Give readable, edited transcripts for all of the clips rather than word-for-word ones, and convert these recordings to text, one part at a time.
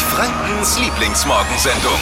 Frankens Lieblingsmorgensendung.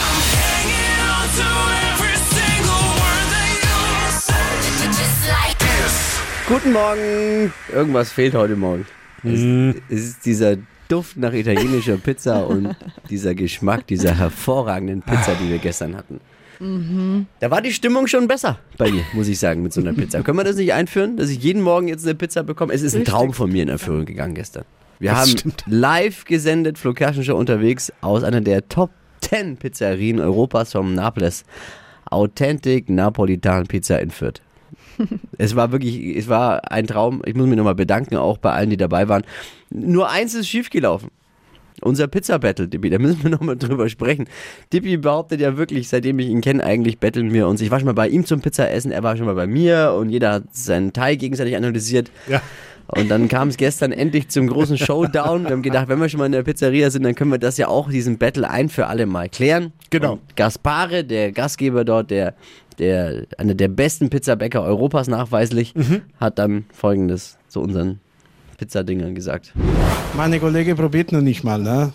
Guten Morgen. Irgendwas fehlt heute Morgen. Es ist dieser Duft nach italienischer Pizza und dieser Geschmack dieser hervorragenden Pizza, die wir gestern hatten. Da war die Stimmung schon besser bei mir, muss ich sagen, mit so einer Pizza. Können wir das nicht einführen, dass ich jeden Morgen jetzt eine Pizza bekomme? Es ist ein Traum von mir in Erfüllung gegangen gestern. Wir haben live gesendet, Flo Kerschner Show unterwegs aus einer der Top 10 Pizzerien Europas vom Naples. Authentic Napolitan Pizza in Fürth. Es war ein Traum. Ich muss mich nochmal bedanken, auch bei allen, die dabei waren. Nur eins ist schiefgelaufen. Unser Pizza-Battle, Dippi, da müssen wir nochmal drüber sprechen. Dippi behauptet ja wirklich, seitdem ich ihn kenne, eigentlich betteln wir uns. Ich war schon mal bei ihm zum Pizzaessen, er war schon mal bei mir und jeder hat seinen Teig gegenseitig analysiert. Ja. Und dann kam es gestern endlich zum großen Showdown. Wir haben gedacht, wenn wir schon mal in der Pizzeria sind, dann können wir das ja auch, diesen Battle ein für alle Mal klären. Genau. Und Gaspare, der Gastgeber dort, einer der besten Pizzabäcker Europas nachweislich, hat dann Folgendes zu unseren Pizzadingern gesagt. Meine Kollege probiert noch nicht mal, ne?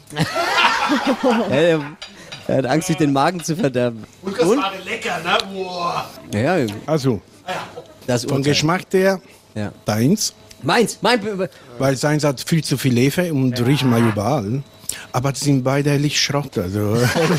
Er hat Angst, sich den Magen zu verderben. Und das war lecker, ne? Boah. Ja. Also, das vom Geschmack der, deins. Mein. Weil seins hat viel zu viel Hefe und riechen wir überall. Aber die sind beide ehrlich Schrott, also.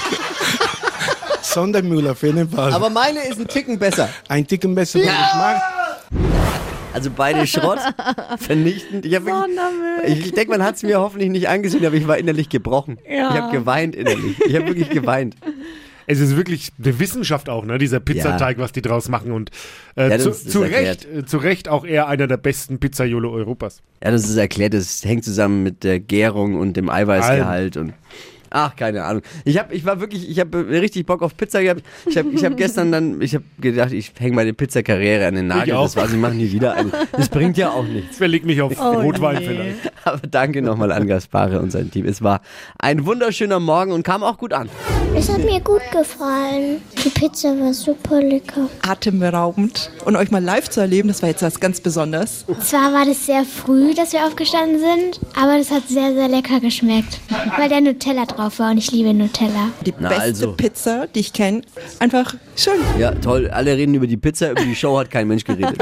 Sondermüll auf jeden Fall. Aber meine ist ein Ticken besser. Ein Ticken besser vom Geschmack. Also beide Schrott, vernichtend. Ich denke, man hat es mir hoffentlich nicht angesehen, aber ich war innerlich gebrochen. Ja. Ich habe geweint innerlich. Ich habe wirklich geweint. Es ist wirklich eine Wissenschaft auch, ne? Dieser Pizzateig, was die draus machen. Und zu Recht auch eher einer der besten Pizzaiole Europas. Ja, das ist erklärt. Das hängt zusammen mit der Gärung und dem Eiweißgehalt und ach, keine Ahnung. Ich habe richtig Bock auf Pizza gehabt. Ich habe gestern gedacht, ich hänge meine Pizzakarriere an den Nagel. Das war's, ich mache nie wieder eine. Das bringt ja auch nichts. Verleg mich auf Rotwein vielleicht. Aber danke nochmal an Gaspare und sein Team. Es war ein wunderschöner Morgen und kam auch gut an. Es hat mir gut gefallen. Die Pizza war super lecker. Atemberaubend. Und euch mal live zu erleben, das war jetzt was ganz Besonderes. Zwar war das sehr früh, dass wir aufgestanden sind, aber das hat sehr, sehr lecker geschmeckt. Weil der Nutella drauf war und ich liebe Nutella. Die beste Pizza, die ich kenne. Einfach schön. Ja, toll. Alle reden über die Pizza, über die Show hat kein Mensch geredet.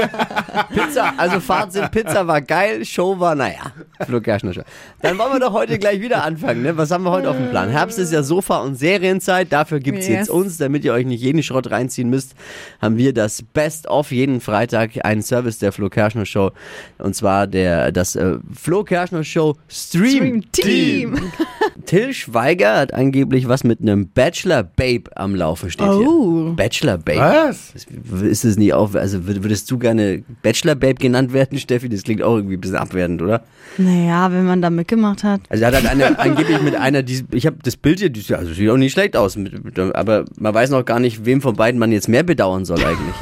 Fazit, Pizza war geil, Show war, naja. Flo Kerschner Show. Dann wollen wir doch heute gleich wieder anfangen. Ne? Was haben wir heute auf dem Plan? Herbst ist ja Sofa- und Serienzeit. Dafür gibt es jetzt uns, damit ihr euch nicht jeden Schrott reinziehen müsst, haben wir das Best-of jeden Freitag, einen Service der Flo Kerschner Show. Und zwar das Flo Kerschner Show Stream Team. Till Schweiger hat angeblich was mit einem Bachelor-Babe am Laufen, steht hier. Bachelor-Babe. Was? Ist es nie also würdest du gerne Bachelor-Babe genannt werden, Steffi? Das klingt auch irgendwie ein bisschen abwertend, oder? Naja, wenn man da mitgemacht hat. Also er hat halt angeblich mit einer, ich habe das Bild hier, also sieht auch nicht schlecht aus, aber man weiß noch gar nicht, wem von beiden man jetzt mehr bedauern soll eigentlich.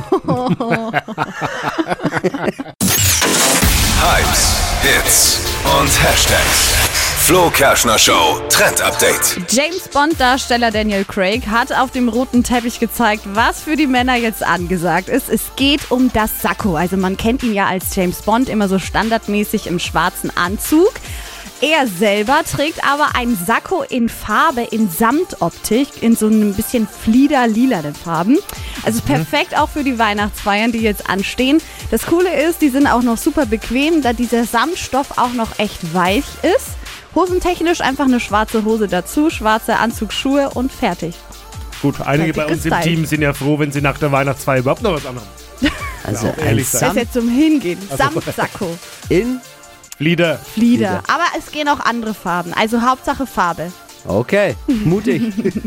Hypes, Hits und Hashtags. Flo Kerschner Show Trend Update. James Bond-Darsteller Daniel Craig hat auf dem roten Teppich gezeigt, was für die Männer jetzt angesagt ist. Es geht um das Sakko. Also man kennt ihn ja als James Bond immer so standardmäßig im schwarzen Anzug. Er selber trägt aber ein Sakko in Farbe, in Samtoptik, in so ein bisschen flieder-lilanen Farben. Also perfekt auch für die Weihnachtsfeiern, die jetzt anstehen. Das Coole ist, die sind auch noch super bequem, da dieser Samtstoff auch noch echt weich ist. Hosentechnisch einfach eine schwarze Hose dazu, schwarze Anzugsschuhe und fertig. Gut, einige bei uns im Team sind ja froh, wenn sie nach der Weihnachtsfeier überhaupt noch was anhaben. Also ja, ehrlich sein. Das ist jetzt zum Hingehen. Samtsakko. In Flieder. Aber es gehen auch andere Farben. Also Hauptsache Farbe. Okay, mutig.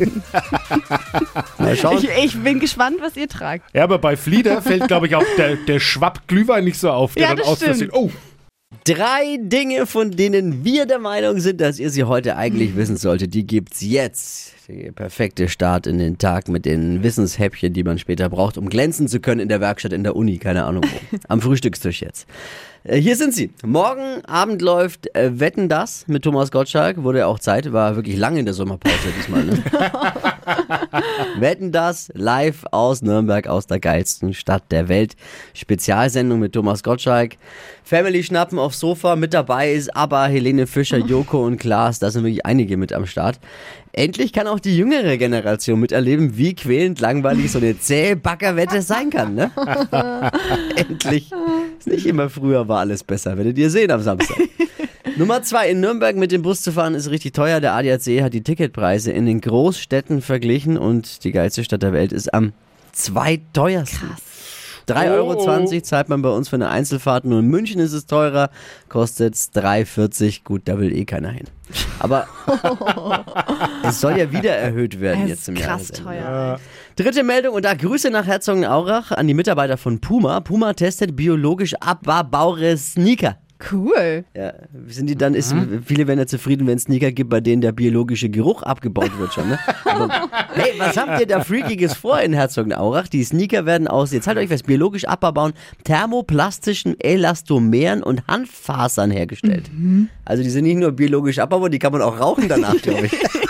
Mal schauen. Ich bin gespannt, was ihr tragt. Ja, aber bei Flieder fällt, glaube ich, auch der Schwapp-Glühwein nicht so auf. Der ja, dann das stimmt. Oh. 3 Dinge, von denen wir der Meinung sind, dass ihr sie heute eigentlich wissen solltet, die gibt's jetzt. Der perfekte Start in den Tag mit den Wissenshäppchen, die man später braucht, um glänzen zu können in der Werkstatt, in der Uni, keine Ahnung wo. Am Frühstückstisch jetzt. Hier sind sie. Morgen Abend läuft Wetten, das mit Thomas Gottschalk. Wurde ja auch Zeit, war wirklich lange in der Sommerpause diesmal. Ne? Wetten, das live aus Nürnberg, aus der geilsten Stadt der Welt. Spezialsendung mit Thomas Gottschalk. Family schnappen aufs Sofa. Mit dabei ist ABBA, Helene Fischer, Joko und Klaas. Da sind wirklich einige mit am Start. Endlich kann auch die jüngere Generation miterleben, wie quälend langweilig so eine zähe Backerwette sein kann. Ne? Endlich. Ist nicht immer früher war alles besser. Werdet ihr sehen am Samstag. Nummer 2, in Nürnberg mit dem Bus zu fahren ist richtig teuer. Der ADAC hat die Ticketpreise in den Großstädten verglichen und die geilste Stadt der Welt ist am zweiteuersten. Krass. 3,20 € zahlt man bei uns für eine Einzelfahrt. Nur in München ist es teurer, kostet 3,40 €. Gut, da will eh keiner hin. Aber es soll ja wieder erhöht werden jetzt im Jahr. Krass teuer. Dritte Meldung und da Grüße nach Herzogenaurach an die Mitarbeiter von Puma. Puma testet biologisch abbaubare Sneaker. Cool. Ja, sind die dann, viele werden ja zufrieden, wenn es Sneaker gibt, bei denen der biologische Geruch abgebaut wird schon, ne? Aber, hey, was habt ihr da Freakiges vor in Herzogenaurach? Die Sneaker werden aus, jetzt haltet euch was, biologisch abbauen, thermoplastischen Elastomeren und Hanffasern hergestellt. Also die sind nicht nur biologisch abbaubar, die kann man auch rauchen danach, glaube ich.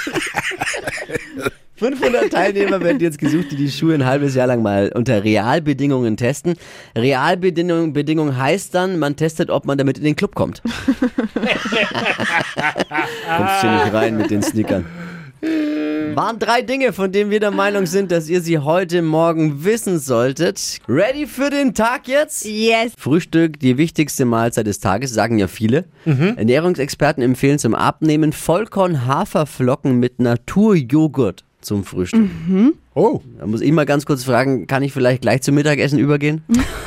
500 Teilnehmer werden jetzt gesucht, die Schuhe ein halbes Jahr lang mal unter Realbedingungen testen. Realbedingung heißt dann, man testet, ob man damit in den Club kommt. Kommst du nicht rein mit den Sneakern. Waren 3 Dinge, von denen wir der Meinung sind, dass ihr sie heute Morgen wissen solltet. Ready für den Tag jetzt? Yes. Frühstück, die wichtigste Mahlzeit des Tages, sagen ja viele. Ernährungsexperten empfehlen zum Abnehmen Vollkorn-Haferflocken mit Naturjoghurt zum Frühstück. Oh. Da muss ich mal ganz kurz fragen, kann ich vielleicht gleich zum Mittagessen übergehen?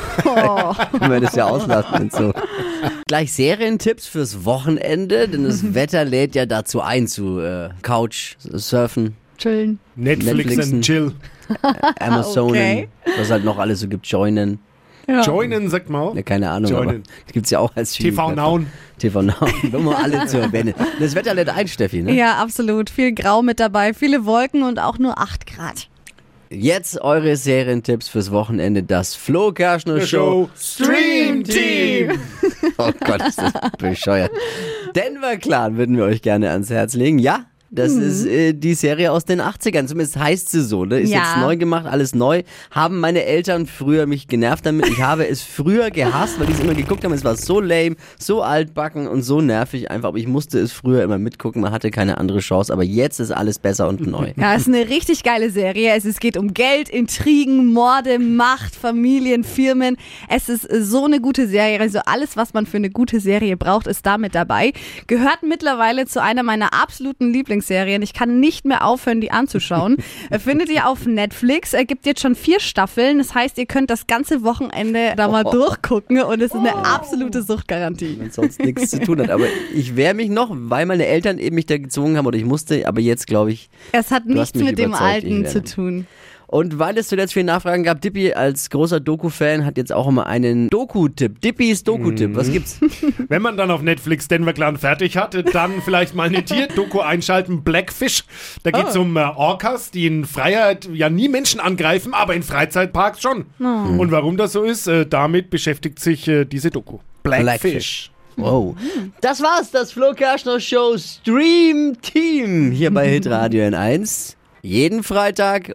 Können wir das ja auslassen und so. Gleich Serientipps fürs Wochenende, denn das Wetter lädt ja dazu ein, zu Couch, surfen, chillen, Netflix and chill, Amazonen, was halt noch alles so gibt, joinen. Ja. Joinen, sagt man auch. Ja, keine Ahnung, aber das gibt es ja auch als TV Now. TV Now, um mal alle zu erwähnen. Das Wetter lädt ein, Steffi, ne? Ja, absolut. Viel Grau mit dabei, viele Wolken und auch nur 8 Grad. Jetzt eure Serientipps fürs Wochenende. Das Flo Kerschner Show Stream Team. Oh Gott, ist das bescheuert. Denver Clan würden wir euch gerne ans Herz legen. Ja, das ist die Serie aus den 80ern. Zumindest heißt sie so. Ne? Ist jetzt neu gemacht, alles neu. Haben meine Eltern früher mich genervt damit. Ich habe es früher gehasst, weil die es immer geguckt haben. Es war so lame, so altbacken und so nervig einfach. Aber ich musste es früher immer mitgucken. Man hatte keine andere Chance. Aber jetzt ist alles besser und neu. Ja, es ist eine richtig geile Serie. Es geht um Geld, Intrigen, Morde, Macht, Familien, Firmen. Es ist so eine gute Serie. Also alles, was man für eine gute Serie braucht, ist da mit dabei. Gehört mittlerweile zu einer meiner absoluten Lieblingsserien. Ich kann nicht mehr aufhören, die anzuschauen. Findet ihr auf Netflix. Gibt jetzt schon 4 Staffeln. Das heißt, ihr könnt das ganze Wochenende da mal durchgucken und es ist eine absolute Suchtgarantie. Wenn sonst nichts zu tun hat. Aber ich wehre mich noch, weil meine Eltern eben mich da gezwungen haben oder ich musste. Aber jetzt glaube ich, es hat nichts mit dem Alten zu tun. Und weil es zuletzt viele Nachfragen gab, Dippi als großer Doku-Fan hat jetzt auch immer einen Doku-Tipp. Dippis Doku-Tipp, was gibt's? Wenn man dann auf Netflix Denver Clan fertig hat, dann vielleicht mal eine Tier-Doku einschalten, Blackfish. Da geht's um Orcas, die in Freiheit ja nie Menschen angreifen, aber in Freizeitparks schon. Und warum das so ist, damit beschäftigt sich diese Doku. Blackfish. Wow. Das war's, das Flo Kerschner Show Stream Team hier bei Hitradio N1. Jeden Freitag.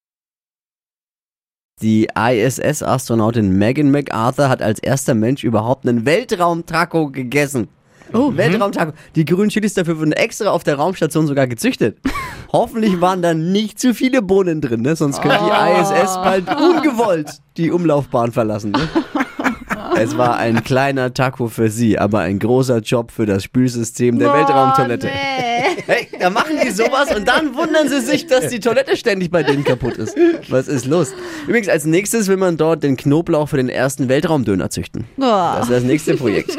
Die ISS-Astronautin Megan MacArthur hat als erster Mensch überhaupt einen Weltraumtaco gegessen. Weltraumtaco. Die grünen Chilis dafür wurden extra auf der Raumstation sogar gezüchtet. Hoffentlich waren da nicht zu viele Bohnen drin, ne? Sonst könnte die ISS bald ungewollt die Umlaufbahn verlassen. Ne? Es war ein kleiner Taco für sie, aber ein großer Job für das Spülsystem der Weltraumtoilette. Nee. Hey, da machen die sowas und dann wundern sie sich, dass die Toilette ständig bei denen kaputt ist. Was ist los? Übrigens, als nächstes will man dort den Knoblauch für den ersten Weltraumdöner züchten. Das ist das nächste Projekt.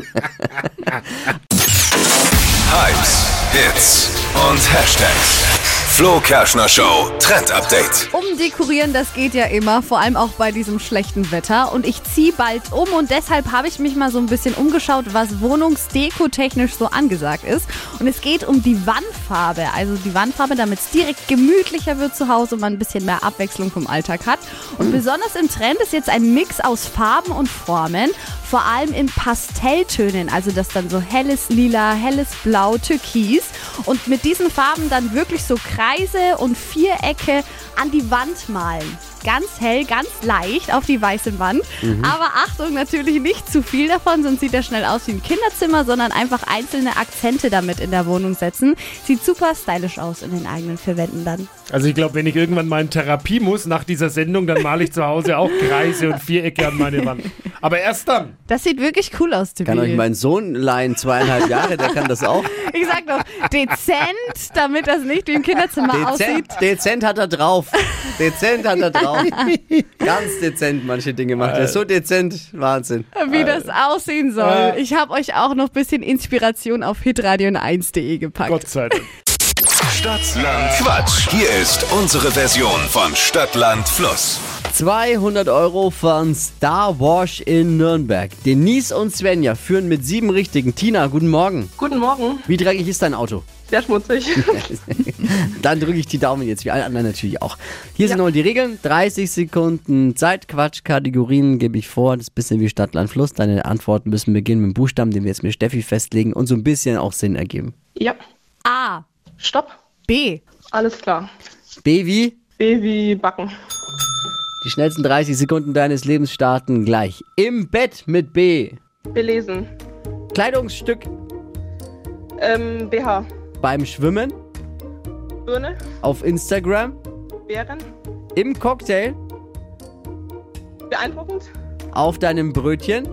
Hypes, Hits und Hashtags. Flo Kerschner Show Trend Update. Umdekorieren, das geht ja immer, vor allem auch bei diesem schlechten Wetter. Und ich ziehe bald um und deshalb habe ich mich mal so ein bisschen umgeschaut, was wohnungsdeko-technisch so angesagt ist. Und es geht um die Wandfarbe. Also die Wandfarbe, damit es direkt gemütlicher wird zu Hause und man ein bisschen mehr Abwechslung vom Alltag hat. Und besonders im Trend ist jetzt ein Mix aus Farben und Formen. vor allem in Pastelltönen, also das dann so helles Lila, helles Blau, Türkis und mit diesen Farben dann wirklich so Kreise und Vierecke an die Wand malen. Ganz hell, ganz leicht auf die weiße Wand. Aber Achtung, natürlich nicht zu viel davon, sonst sieht das schnell aus wie ein Kinderzimmer, sondern einfach einzelne Akzente damit in der Wohnung setzen. Sieht super stylisch aus in den eigenen vier Wänden dann. Also ich glaube, wenn ich irgendwann mal in Therapie muss nach dieser Sendung, dann male ich zu Hause auch Kreise und Vierecke an meine Wand. Aber erst dann. Das sieht wirklich cool aus, Tobi. Kann euch mein Sohn leihen, 2,5 Jahre, der kann das auch. Ich sag doch, dezent, damit das nicht wie ein Kinderzimmer aussieht. Dezent hat er drauf. Dezent hat er drauf. Ganz dezent manche Dinge macht er. So dezent, Wahnsinn. Wie das aussehen soll. Ich habe euch auch noch ein bisschen Inspiration auf hitradio1.de gepackt. Gott sei Dank. Stadtland Quatsch. Hier ist unsere Version von Stadtland Fluss. 200 € von Star Wash in Nürnberg. Denise und Svenja führen mit 7 Richtigen. Tina, guten Morgen. Guten Morgen. Wie dreckig ist dein Auto? Sehr schmutzig. Dann drücke ich die Daumen jetzt, wie alle anderen natürlich auch. Hier sind nochmal die Regeln. 30 Sekunden Zeit, Quatschkategorien gebe ich vor. Das ist ein bisschen wie Stadt, Land, Fluss. Deine Antworten müssen beginnen mit dem Buchstaben, den wir jetzt mit Steffi festlegen und so ein bisschen auch Sinn ergeben. Ja. A. Stopp. B. Alles klar. B wie? B wie Backen. Die schnellsten 30 Sekunden deines Lebens starten gleich. Im Bett mit B. Belesen. Kleidungsstück. BH. Beim Schwimmen. Birne. Auf Instagram. Beeren. Im Cocktail. Beeindruckend. Auf deinem Brötchen.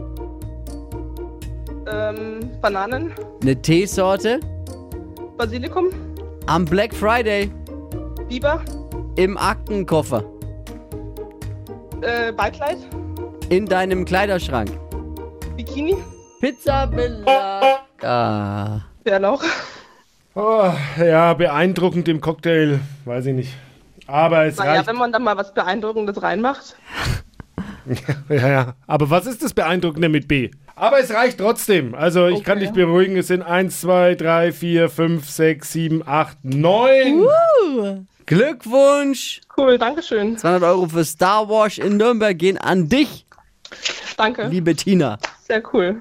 Bananen. Eine Teesorte. Basilikum. Am Black Friday. Biber. Im Aktenkoffer. Beinkleid. In deinem Kleiderschrank. Bikini. Pizza Bella. Bärlauch. Oh, ja, beeindruckend im Cocktail. Weiß ich nicht. Aber es Naja, reicht. wenn man da mal was Beeindruckendes reinmacht. Ja. Aber was ist das Beeindruckende mit B? Aber es reicht trotzdem. Also ich kann dich beruhigen. Es sind 1, 2, 3, 4, 5, 6, 7, 8, 9. Glückwunsch. Cool, dankeschön. 200 € für Star Wash in Nürnberg gehen an dich, Danke. liebe Tina. Sehr cool.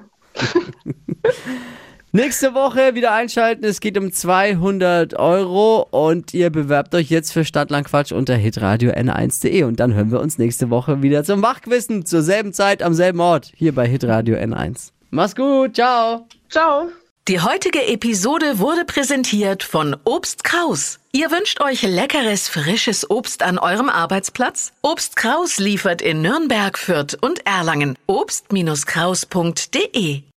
Nächste Woche wieder einschalten. Es geht um 200 € und ihr bewerbt euch jetzt für Stadtland Quatsch unter hitradio n1.de und dann hören wir uns nächste Woche wieder zum Wachquissen zur selben Zeit am selben Ort hier bei hitradio n1. Mach's gut, ciao. Ciao. Die heutige Episode wurde präsentiert von Obst Kraus. Ihr wünscht euch leckeres, frisches Obst an eurem Arbeitsplatz? Obst Kraus liefert in Nürnberg, Fürth und Erlangen. Obst-Kraus.de